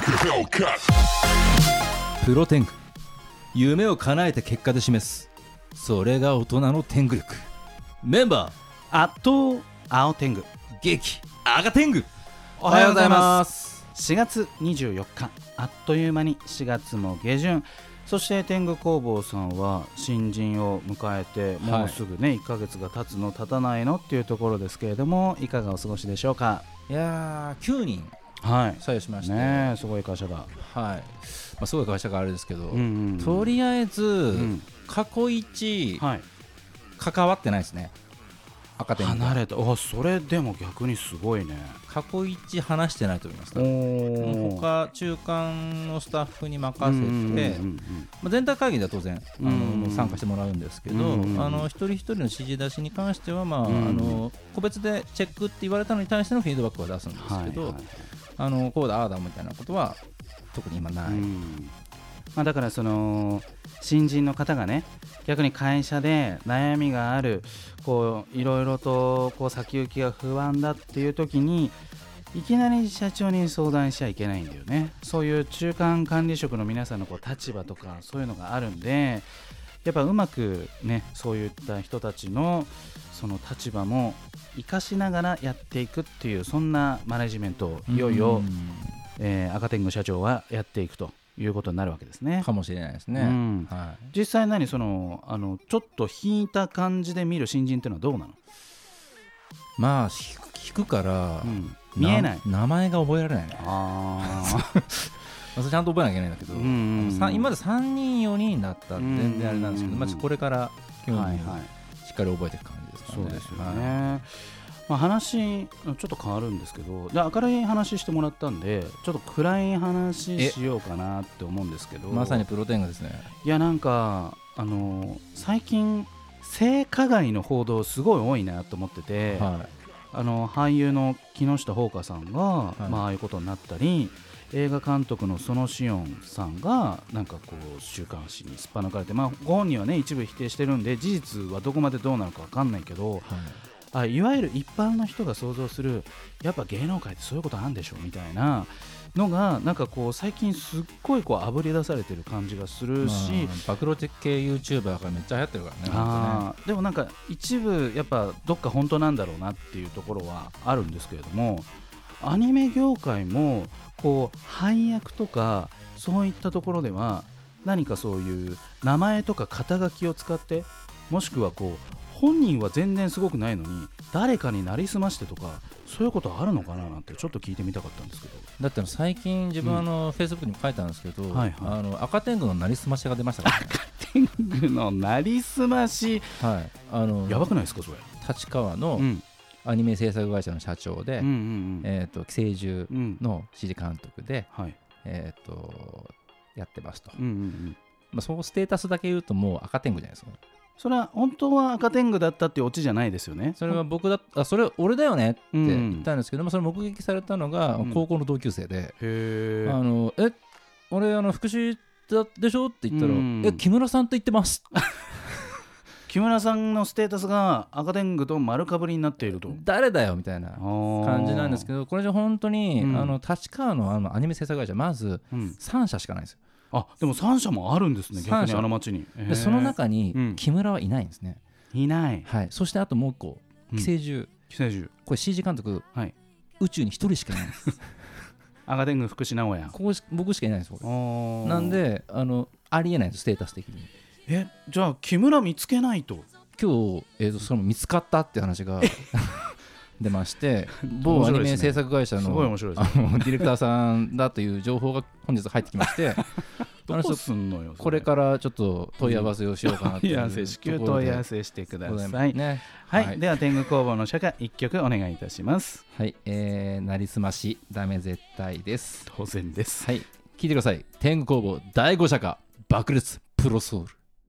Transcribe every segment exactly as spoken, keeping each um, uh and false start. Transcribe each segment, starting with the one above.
プロテング、夢を叶えて結果で示す、それが大人の天狗力。メンバーあっと青天狗、 激赤天狗。 おはようございます。しがつにじゅうよっか、あっという間にしがつも下旬。そして天狗工房さんは新人を迎えてもうすぐね、はい、いっかげつが経つの経たないのっていうところですけれども、いかがお過ごしでしょうか。 いやーきゅうにん採用しましたね。すごい会社だ。 はい、まあ、すごい会社があれですけど、うんうんうん、とりあえず、うん、過去一、はい、関わってないですね。赤点離れた。あ、それでも逆にすごいね。 過去一話してないと思います。他中間のスタッフに任せて、うんうんうんうん、まあ、全体会議では当然あの、うんうん、参加してもらうんですけど、うんうんうん、あの一人一人の指示出しに関しては、まあうん、あの個別でチェックって言われたのに対してのフィードバックは出すんですけど、はいはい、あのこうだああだみたいなことは特に今ない。うん、 まあ、だからその新人の方がね、逆に会社で悩みがある、こういろいろとこう先行きが不安だっていう時にいきなり社長に相談しちゃいけないんだよね。そういう中間管理職の皆さんのこう立場とかそういうのがあるんで、やっぱうまくね、そういった人たちのその立場も生かしながらやっていくっていう、そんなマネジメントをいよいよ、えー、赤天狗社長はやっていくということになるわけですね。 かもしれないですね。うん、 はい、実際何そのあのちょっと引いた感じで見る新人っていうのはどうなの？ まあ聞くから、うん、 見えない、 名前が覚えられないね。 あそれちゃんと覚えなきゃいけないんだけど、うんうんうん、今までさんにんよにんだったら全然あれなんですけど、うんうんうん、まあ、これからきゅうにんしっかり覚えていく感じですかね。 そうですよね。はい、まあ、話ちょっと変わるんですけど、で明るい話してもらったんでちょっと暗い話しようかなって思うんですけど。 まさにプロテングですね。 いや、なんかあの最近性加害の報道すごい多いなと思ってて、はい、あの俳優の木下ほうかさんが、はい、まあ、ああいうことになったり、映画監督の園子音さんがなんかこう週刊誌にすっぱ抜かれて、まあ、ご本人はね一部否定してるんで事実はどこまでどうなのか分かんないけど、はい、あいわゆる一般の人が想像するやっぱ芸能界ってそういうことあるんでしょみたいなのがなんかこう最近すっごいこうあぶり出されてる感じがするし、 まあ、暴露的系 YouTuber がめっちゃ流行ってるからね。 あね、でもなんか一部やっぱどっか本当なんだろうなっていうところはあるんですけれども、アニメ業界もこう配役とかそういったところでは何かそういう名前とか肩書きを使って、もしくはこう本人は全然すごくないのに誰かになりすましてとか、そういうことあるのかななんてちょっと聞いてみたかったんですけど。 だって最近自分あの、うん、Facebook にも書いたんですけど、はいはい、あの赤天狗のなりすましが出ましたからね。 赤天狗のなりすまし、はい、あのやばくないですかそれ。 立川の、うん、アニメ制作会社の社長で、うんうんうん、えー、と寄生獣の指示監督で、うん、はい、えー、とやってますと、うんうんうん、まあ、そのステータスだけ言うともう赤天狗じゃないですか。 それは本当は赤天狗だったっていうオチじゃないですよね。 それは僕だあそれ俺だよねって言ったんですけど、うん、それ目撃されたのが高校の同級生で、うん、へあのえ俺あの福祉だでしょって言ったら、うん、え木村さんと言ってます木村さんのステータスが赤天狗と丸かぶりになっていると、 誰だよみたいな感じなんですけど、これじゃ本当に、うん、あの立川 の, あのアニメ制作会社まずさん社しかないんですよ。 あでもさん社もあるんですね、逆にあの町に。 でその中に木村はいないんですね、 うん、いない、 はい、そしてあともう一個寄生獣、うん、 寄生獣これ シージー 監督、はい、宇宙に一人しかいないんです赤天狗福士直哉、 ここ僕しかいないんですよ。なんであのありえないんです、ステータス的に。 えじゃあ木村見つけないと。 今日、えー、とその見つかったって話が出まして某アニメ制作会社 の, あのディレクターさんだという情報が本日入ってきましてどうすんのよこれからちょっと問い合わせをしようかなというところで、 至急問い合わせしてください、ね、はい、はい、では天狗工房の社歌いっきょくお願いいたします。 はい、えー、なりすましダメ絶対です。 当然です。 はい、聞いてください。天狗工房だいご社歌爆裂プロソウル。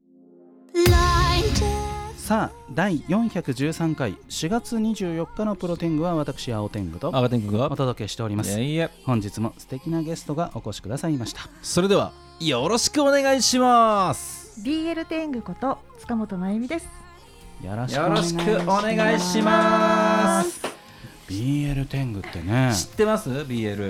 さあだいよんひゃくじゅうさんかいしがつにじゅうよっかのプロ天狗は私青天狗と赤天狗がお届けしております。 いやいや本日も素敵なゲストがお越しくださいました。 それではよろしくお願いします。 ビーエル 天狗こと塚本真由美です。 よろしくお願いします。 ビーエル 天狗ってね知ってます？ ビーエル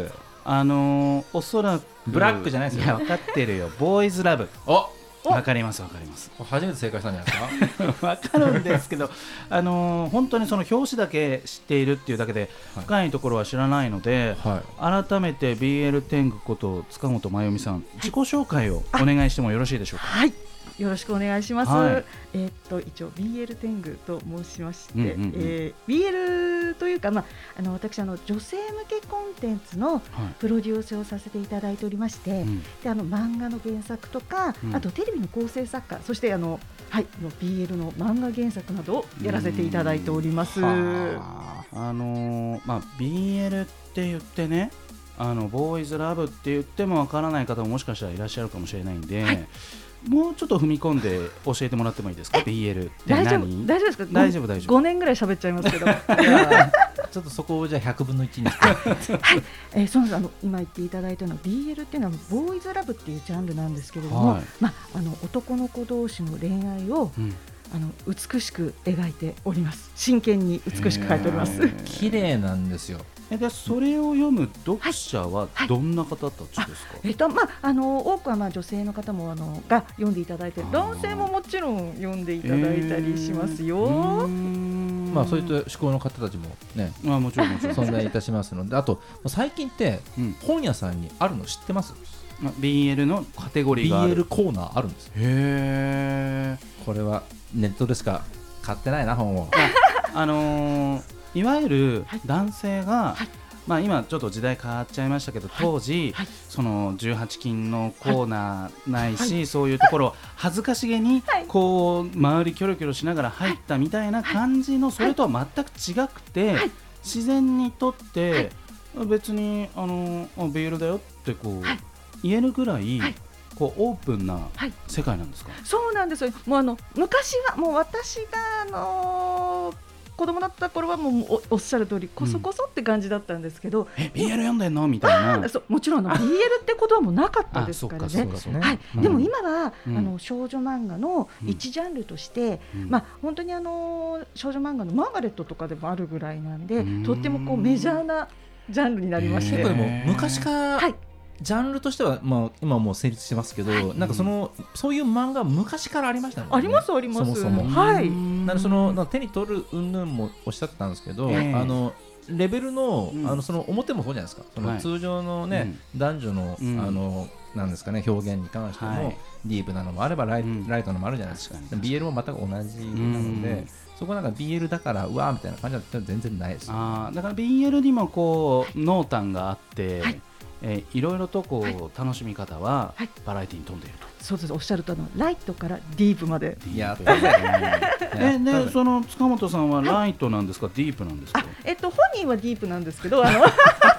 あのー、おそらくブラックじゃないですよ。 いや分かってるよ。ボーイズラブ。 おわかりますわかります。 初めて正解したんじゃないですか。 わかるんですけど、あのー、本当にその表紙だけ知っているっていうだけで深いところは知らないので、はい、改めて ビーエル 天狗こと塚本真由美さん、自己紹介をお願いしてもよろしいでしょうか。 はい、よろしくお願いします。 はい、 えー、っと一応 ビーエル 天狗と申しまして、 うんうんうん、 えー、ビーエル というか、まあ、あの私あの女性向けコンテンツのプロデュースをさせていただいておりまして、はい、であの漫画の原作とか、うん、あとテレビの構成作家、そしてあの、はい、の ビーエル の漫画原作などをやらせていただいております。 あのーまあ、ビーエル って言ってね、あのボーイズラブって言ってもわからない方ももしかしたらいらっしゃるかもしれないんで、はい、もうちょっと踏み込んで教えてもらってもいいですか。 ビーエル って何？ 大丈夫、大丈夫ですか。 大丈夫大丈夫。 ごねんぐらい喋っちゃいますけどちょっとそこをじゃあひゃくぶんのいちにはい、えー、そうなんです。あの今言っていただいたのは ビーエル っていうのはボーイズラブっていうジャンルなんですけれども、はい、まあ、あの男の子同士の恋愛を、うん、あの美しく描いております。真剣に美しく描いております。 綺麗なんですよ。 でそれを読む読者はどんな方たちですか。はいはい、 えーとまあ、あの多くはまあ女性の方もあのが読んでいただいて、男性ももちろん読んでいただいたりしますよ。 まあ、そういった思考の方たちもね、 あもちろんもちろん存在いたしますので、あと最近って本屋さんにあるの知ってます？ うん、ビーエル のカテゴリーがあるビーエル コーナーあるんですよ。 へー、 これはネットでしか買ってないな本を。 あのー、いわゆる男性が、はい、まあ、今ちょっと時代変わっちゃいましたけど、当時、はい、そのじゅうはち金のコーナーないし、はい、そういうところを恥ずかしげにこう周りキョロキョロしながら入ったみたいな感じの、それとは全く違くて、自然にとって別にあの ビーエル だよってこう言えるぐらいこうオープンな世界なんですか。 そうなんですよ。もうあの昔はもう私があのー子供だった頃はもう お, おっしゃる通りこそこそって感じだったんですけど、うん、 え ビーエル 読んでんのみたいな。 そう、もちろんあの ビーエル って言葉もなかったですからね。はい、うん、でも今は、うん、あの少女漫画の一ジャンルとして、うん、まあ、本当にあの少女漫画のマーガレットとかでもあるぐらいなんで、うん、とってもこうメジャーなジャンルになりまして、 結構でも昔から、はい、ジャンルとしては、まあ、今もう成立してますけど、はい、なんかそのそういう漫画昔からありましたもんね。 ありますあります。 そもそも、 はい、 なんかそのなんか手に取る云々もおっしゃってたんですけど、えー、あのレベル の,、うん、あのその表もそうじゃないですか。その通常の、ね、はい、男女の、うん、あのなんですかね、表現に関しても、はい、ディープなのもあればライ、うん、ライトのもあるじゃないですか。 ビーエル もまた同じなので、うん、そこなんか ビーエル だからうわーみたいな感じだったら全然ないですよ、ね。 あだから ビーエル にもこう濃淡があって、はい、えー、いろいろとこう、はい、楽しみ方はバラエティに富んでいると。 そうです、おっしゃると、あのライトからディープまで。 やったぜえでその塚本さんはライトなんですか、はい、ディープなんですか。 あ、えっと、本人はディープなんですけど、あのはい、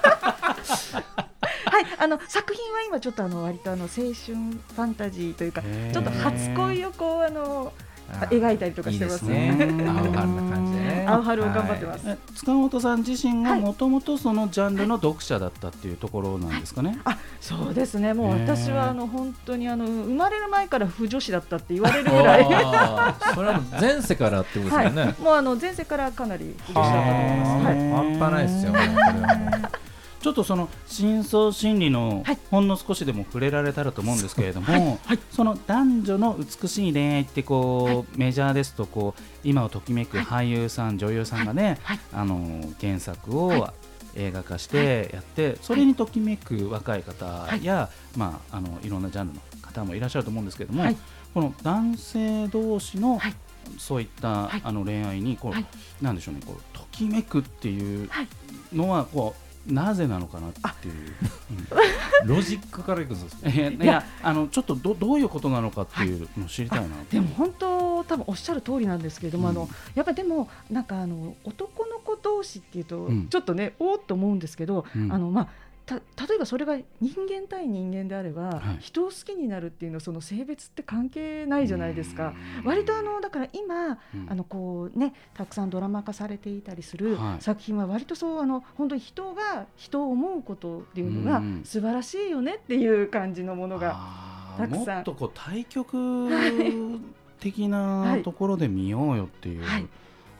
あの作品は今ちょっとあの割とあの青春ファンタジーというか、ちょっと初恋をこうあの描いたりとかしてますね。 いいですね。青春な感じでね。 青春を頑張ってます。 はい、塚本さん自身がもともとそのジャンルの読者だったっていうところなんですかね。 はい、あ、そうですね。もう私はあの本当にあの生まれる前から腐女子だったって言われるぐらい。 それはもう前世からってことですよね。はい、 もうあの前世からかなり腐女子だったと思います。はい、 半端ないですよ。これはもうちょっとその深層心理のほんの少しでも触れられたらと思うんですけれども、はいはい、その男女の美しい恋愛ってこう、はい、メジャーですとこう今をときめく俳優さん、女優さんがね、あの原作を映画化してやって、それにときめく若い方や、まあ、あのいろんなジャンルの方もいらっしゃると思うんですけれども、この男性同士のそういったあの恋愛にこう、なんでしょうね、こうときめくっていうのはこうなぜなのかなっていう、 うん、ロジックからいくんですか。 いや、いや、あのちょっと ど, どういうことなのかっていうのを知りたいな。 でも本当多分おっしゃる通りなんですけれども、うん、あのやっぱりでもなんかあの男の子同士っていうと、うん、ちょっとねおーっと思うんですけど、うん、あのまあた例えばそれが人間対人間であれば、はい、人を好きになるっていうのはその性別って関係ないじゃないですか。割とあのだから今、うん、あのこうねたくさんドラマ化されていたりする作品は割とそうあの本当に人が人を思うことっていうのが素晴らしいよねっていう感じのものがたくさん、 もっとこう対極的なところで見ようよっていう、はいはい、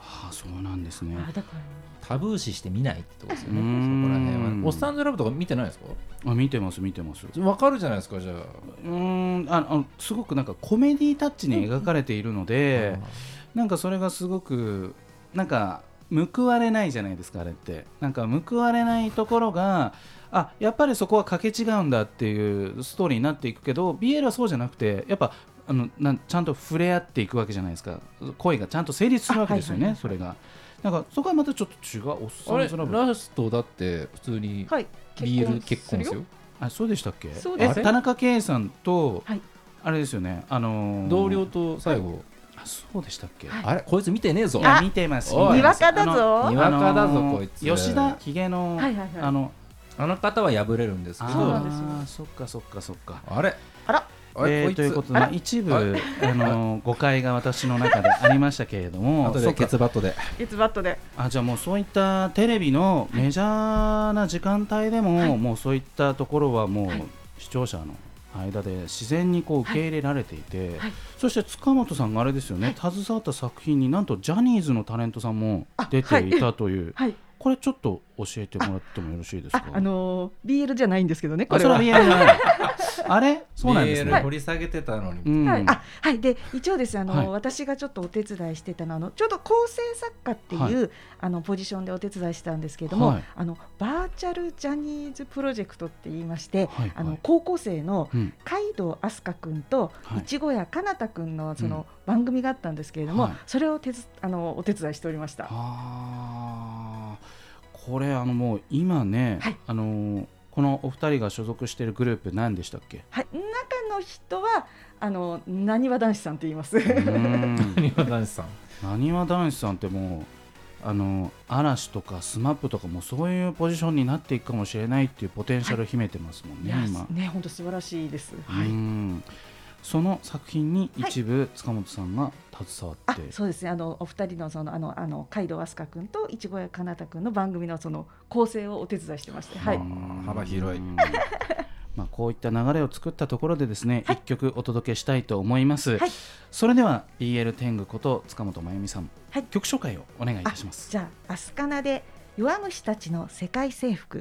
はあ、そうなんですね。 あだからタブー視して見ないってとこですよね。 うーんそこら辺はおっさんずラブとか見てないですか？ あ、見てます見てます。 わかるじゃないですか。じゃあうーん、ああのすごくなんかコメディタッチに描かれているので、なんかそれがすごくなんか報われないじゃないですか。あれってなんか報われないところが、あ、やっぱりそこはかけ違うんだっていうストーリーになっていくけど、 ビーエル はそうじゃなくて、やっぱあのなんちゃんと触れ合っていくわけじゃないですか。恋がちゃんと成立するわけですよね、 はいはいはいはい、 それがなんかそこはまたちょっと違う。おっさあれんずラブ、 ラストだって普通にはい、 ビール結婚ですよ。 あ、そうでしたっけ？ そうです。 え、田中圭さんと、 はい、 あれですよね、あのー、 同僚と最後、 あ、そうでしたっけ？ はいあれこいつ見てねえぞ。 いや見てますおいにわかだぞ。 にわかだぞあのーこいつ。 吉田ひげの、 はいはいはいあのあの方は破れるんですけど、 そうなんですよあーそっかそっかそっか。 あれあら、 あれ、 えーこいつということで、まあ、一部、 ああのー誤解が私の中でありましたけれども後でそっかケツバットで月バットで。 あ、じゃあもうそういったテレビのメジャーな時間帯でも、 はい、 もうそういったところはもう、 はい、 視聴者の間で自然にこう受け入れられていて、 はいはい、 そして塚本さんがあれですよね、はい、携わった作品になんとジャニーズのタレントさんも出ていたという、 はいはい、 これちょっと教えてもらってもよろしいですか？ あ、あのー、ビーエル じゃないんですけどね、これは。 あ、それは ビーエル じゃないあれ、そうなんですね。 ビーエル掘り下げてたのに、 うん、 はい、あ、はい、で一応ですね、あの、 はい、 私がちょっとお手伝いしてたのはあのちょうど構成作家っていう、はい、あのポジションでお手伝いしてたんですけれども、はい、あのバーチャルジャニーズプロジェクトって言いまして、はい、あの高校生の海道飛鳥くんといちごやかなたくんのその番組があったんですけれども、はい、それを手あのお手伝いしておりました。 あ、これあのもう今ね、はい、あのこのお二人が所属しているグループ何でしたっけ？ はい、中の人はあのなにわ男子さんと言います。 なにわ男子さん。 なにわ男子さんってもうあの嵐とかスマップとかもそういうポジションになっていくかもしれないっていうポテンシャルを秘めてますもんね、はい、今ね、本当素晴らしいです。 はい、うん、その作品に一部、はい、塚本さんが携わって、 あ、そうですね、あのお二人のそのあのあの海道飛鳥くんといちごやかなたくんの番組のその構成をお手伝いしてまして、はい、 幅広いまあこういった流れを作ったところでですね、はい、いっきょくお届けしたいと思います、はい、それでは ビーエル 天狗こと塚本真由美さん、はい、曲紹介をお願いいたします。 じゃあアスカナで弱虫たちの世界征服。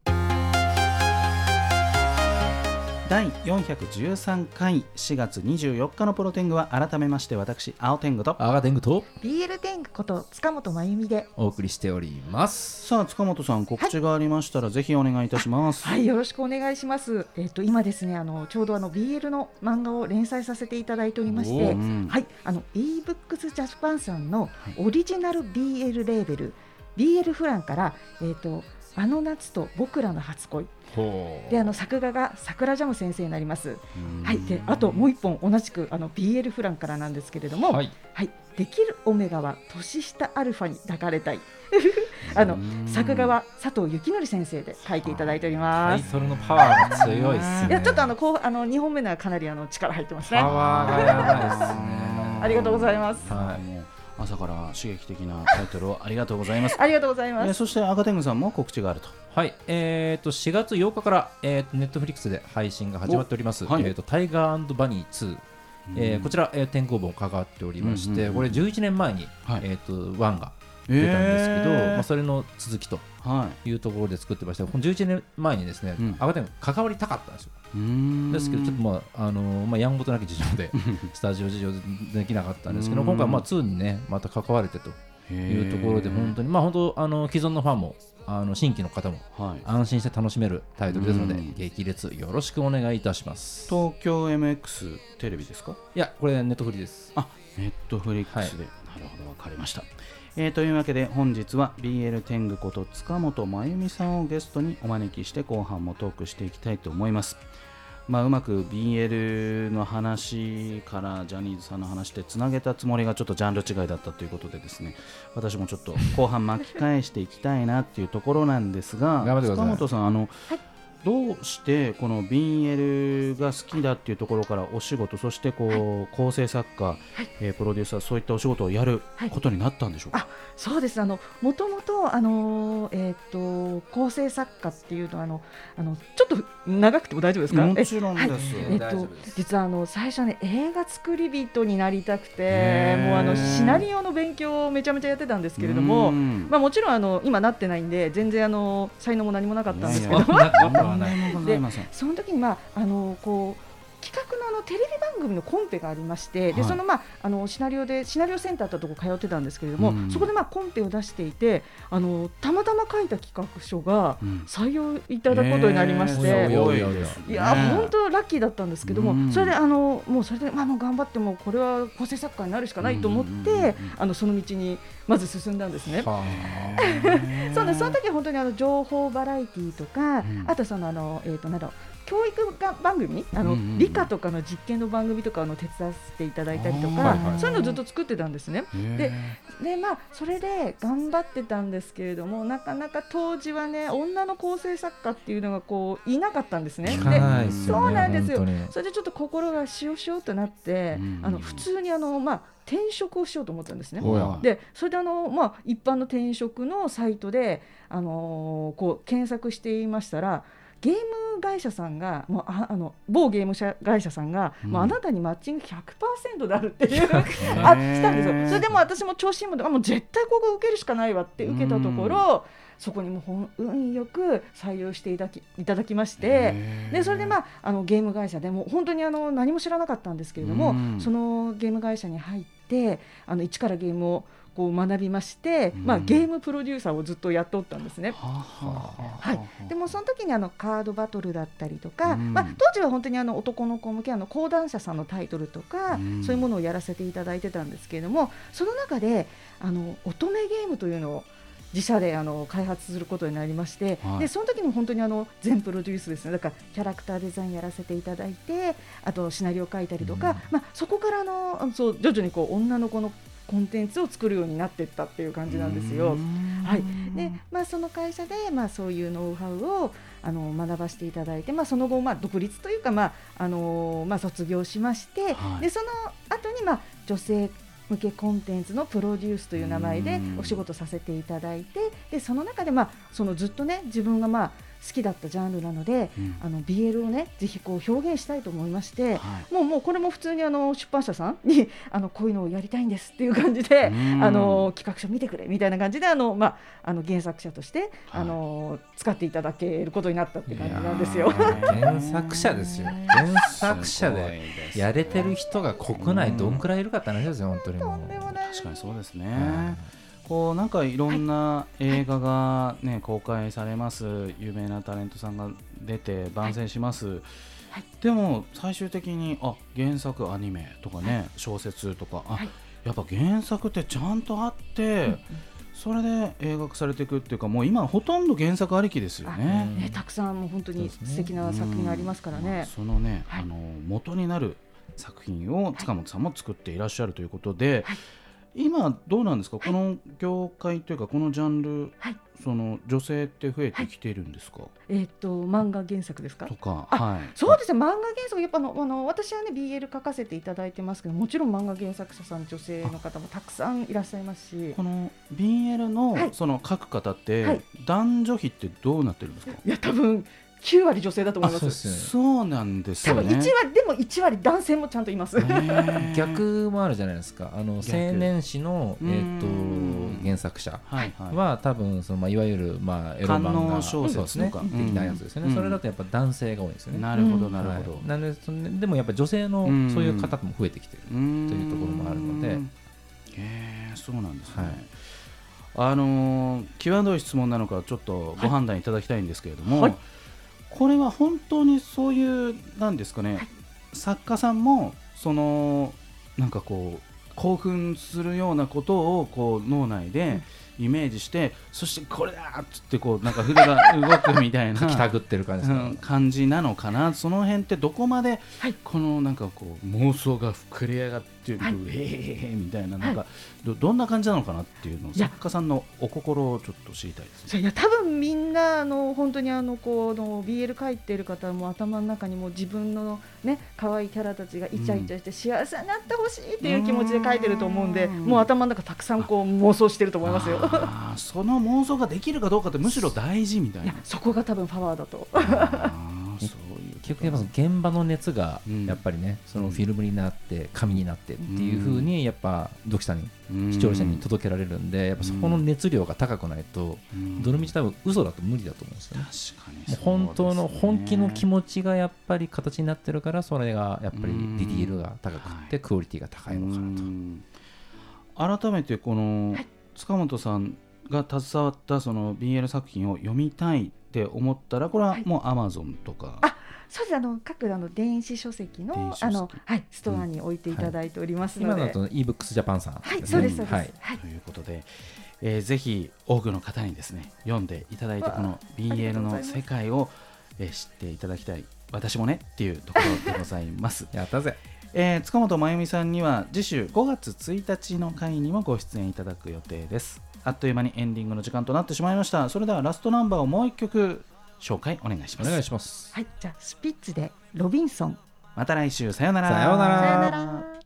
だいよんひゃくじゅうさんかいしがつにじゅうよっかのプロ天狗は改めまして私青天狗と赤天狗とビーエル 天狗こと塚本真由美でお送りしております。 さあ塚本さん、告知がありましたら、はい、ぜひお願いいたします。 はい、よろしくお願いします。えー、と今ですね、あのちょうどあの ビーエル の漫画を連載させていただいておりまして、はい、あの e-books Japan さんのオリジナル ビーエル レーベル、はい、ビーエル フランから、えー、とあの夏と僕らの初恋で、あの作画が桜ジャム先生になります。はい、であともう一本同じくあの ビーエル フランからなんですけれども、はいはい、できるオメガは年下アルファに抱かれたいあの作画は佐藤幸則先生で書いていただいております。 タイトルのパワーが強いですね。 いやちょっとあのこうあのにほんめのはかなりあの力入ってますね。 パワーがやばいですね。 ありがとうございます。 はい、朝から刺激的なタイトルをありがとうございます。 ありがとうございます。 えー、そして赤天狗さんも告知があると。 はい、えー、としがつようかから、えー、とネットフリックスで配信が始まっております、はい、えー、とタイガー&バニーツー、えー、こちら、えー、天候本関わっておりまして、うんうんうん、これじゅういちねんまえに、はい、えー、とワンが出たんですけど、えーまあ、それの続きというところで作ってまして、このじゅういちねんまえにですね、うん、赤天狗関わりたかったんですよ。ですけどちょっと、まああのーまあ、やんごとなき事情でスタジオ事情できなかったんですけど、今回はまあツーにねまた関われてというところで、本当にまあ本当あの既存のファンもあの新規の方も安心して楽しめるタイトルですので、はい、激烈よろしくお願いいたします。 東京 エムエックス テレビですか？ いやこれネットフリです。 あ、ネットフリックスで、はい、なるほど、わかりました。えー、というわけで本日は ビーエル 天狗こと塚本真由美さんをゲストにお招きして後半もトークしていきたいと思います。まあ、うまく ビーエル の話からジャニーズさんの話でつなげたつもりがちょっとジャンル違いだったということでですね、私もちょっと後半巻き返していきたいなっていうところなんですが塚本さん、あの、はい、 どうしてこの ビーエル が好きだっていうところからお仕事、そしてこう、はい、構成作家、はい、えー、プロデューサー、そういったお仕事をやることになったんでしょうか。 はい、あ、そうです。あのもともとあの、えー、と構成作家っていうのはあのあのちょっと長くても大丈夫ですか。 もちろんです。 え、はい、えー、と実はあの最初ね映画作り人になりたくて、もうあのシナリオの勉強をめちゃめちゃやってたんですけれども、まあ、もちろんあの今なってないんで全然あの才能も何もなかったんですけど、でその時に、まあ、あのこう企画 の, あのテレビ番組のコンペがありまして、はい、でその、まあ、あのシナリオでシナリオセンターってとこ通ってたんですけれども、うん、そこで、まあ、コンペを出していて、あのたまたま書いた企画書が採用いただくことになりまして、うん、いや本当ラッキーだったんですけども、うん、それであのもうそれで、まあ、もう頑張ってもこれは構成作家になるしかないと思って、うん、あのその道にまず進んだんですね。そうです。その時は本当にあの情報バラエティとか、うん、あとそのあの、えーとなんだろう教育が番組、あの、うんうん、理科とかの実験の番組とかの手伝わせていただいたりとか、はいはい、そういうのをずっと作ってたんですね。で, で、まあ、それで頑張ってたんですけれども、なかなか当時はね女の構成作家っていうのがこういなかったんですね。で、そうなんですよ。それでちょっと心がしおしおとなって、うんうん、あの普通にあの、まあ、転職をしようと思ったんですね。でそれであの、まあ、一般の転職のサイトで、あのー、こう検索していましたら、ゲーム会社さんがもう あ, あの某ゲーム会社さんが、うん、もうあなたにマッチング ひゃくパーセント であるっていうあ来たんですよ。それでも私も調子いいもんで、あもう絶対ここ受けるしかないわって受けたところ、うん、そこにもう運よく採用していただ き, いただきまして、でそれで、まあ、あのゲーム会社でも本当にあの何も知らなかったんですけれども、うん、そのゲーム会社に入ってあの一からゲームをこう学びまして、まあ、ゲームプロデューサーをずっとやっておったんですね。はい、でもその時にあのカードバトルだったりとか、まあ、当時は本当にあの男の子向けあの講談社さんのタイトルとか、そういうものをやらせていただいてたんですけれども、その中であの乙女ゲームというのを自社であの開発することになりまして、はい、でその時に本当にあの全プロデュースですね。だからキャラクターデザインやらせていただいて、あとシナリオ書いたりとか、まあ、そこからあのそう徐々にこう女の子のコンテンツを作るようになっていったっていう感じなんですよ。はい。で、まあ、その会社で、まあ、そういうノウハウをあの学ばせていただいて、まあ、その後、まあ、独立というか、まああのまあ、卒業しまして、はい、でその後に、まあ、女性向けコンテンツのプロデュースという名前でお仕事させていただいて、でその中で、まあ、そのずっとね自分が、まあ、好きだったジャンルなので、うん、あの ビーエル をねぜひこう表現したいと思いまして、はい、もうもうこれも普通にあの出版社さんにあのこういうのをやりたいんですっていう感じで、あの企画書見てくれみたいな感じであの、まあ、あの原作者として、はい、あの使っていただけることになったっていう感じなんですよ。 原作者ですよ。原作者でやれてる人が国内どんくらいいるかって話ですよ。本当にもうとんでもない。確かにそうですね。こうなんかいろんな映画が、ね、公開されます。有名なタレントさんが出て番宣します、はいはい、でも最終的にあ原作アニメとかね、はい、小説とかあ、はい、やっぱ原作ってちゃんとあって、うん、それで映画化されていくっていうか、もう今ほとんど原作ありきですよ ね, ねたくさんもう本当に素敵な作品がありますからね、 うん、そのね、はい、あの元になる作品を塚本さんも作っていらっしゃるということで、はい、今どうなんですか、はい、この業界というかこのジャンル、はい、その女性って増えてきているんですか。はい、 えー、と漫画原作ですかとか、 はい、そうですね。漫画原作やっぱのあの私はね ビーエル 書かせていただいてますけど、もちろん漫画原作者さん女性の方もたくさんいらっしゃいますし、 この ビーエル の、はい、その書く方って、はい、男女比ってどうなってるんですか。 いや多分きゅうわり女性だと思います。 そう、ね、そうなんですよね。 多分いちわりでもいちわり男性もちゃんといます。 逆もあるじゃないですか。あの青年誌の、えー、と原作者は、はいはい、多分その、まあ、いわゆる、まあ、エロ漫画小説とか、 的なやつですよね、うん、それだとやっぱ男性が多いですよね。 なるほどなるほど、 はい、なんでそのでもやっぱ女性のそういう方も増えてきているというところもあるので。 へー、そうなんですね。はい、あのー、際どい質問なのかちょっとご判断いただきたいんですけれども、はい、これは本当にそういうなんですかね、はい、作家さんもそのなんかこう興奮するようなことをこう脳内でイメージして、そしてこれだっつってこうなんか筆が動くみたいな書きたぐってる感じですか、 うん、感じなのかな。その辺ってどこまでこのなんかこう妄想が膨れ上がってる、はい、へーみたいな、なんか、はい、ど, どんな感じなのかなっていうのを作家さんのお心をちょっと知りたいですね。 いや多分みんなあの本当にあのこの ビーエル 書いてる方も頭の中にも自分のね可愛いキャラたちがイチャイチャして幸せになってほしいっていう気持ちで書いてると思うんで、うん、もう頭の中たくさんこう妄想してると思いますよ。 あその妄想ができるかどうかってむしろ大事みたいな。 いやそこが多分パワーだと。 結局やっぱ現場の熱がやっぱりね、うん、そのフィルムになって紙になってっていう風にやっぱ読者に、うん、視聴者に届けられるんで、やっぱそこの熱量が高くないと、うん、どのみち多分嘘だと無理だと思うんですよね。 確かにもう本当の本気の気持ちがやっぱり形になってるから、それがやっぱりディティールが高くてクオリティが高いのかなと。 改めてこの塚本さんが携わったその ビーエル 作品を読みたいって思ったら、これはもう Amazon とか、 はい、そうです。あの各あの電子書籍のあの、はい、ストアに置いていただいておりますので、うんはい、 今だと イーブックス ジャパンさんですね。 はい、そうですそうです、はいはい、ということで、えー、ぜひ多くの方にですね読んでいただいて、この ビーエル の世界を、えー、知っていただきたい、私もねっていうところでございますやったぜ。 えー、塚本真由美さんには次週ごがつついたちの回にもご出演いただく予定です。あっという間にエンディングの時間となってしまいました。それではラストナンバーをもう一曲紹介お願いします。 お願いします。 はい、じゃあスピッツでロビンソン。 また来週、さよなら。 さよなら。 さよなら。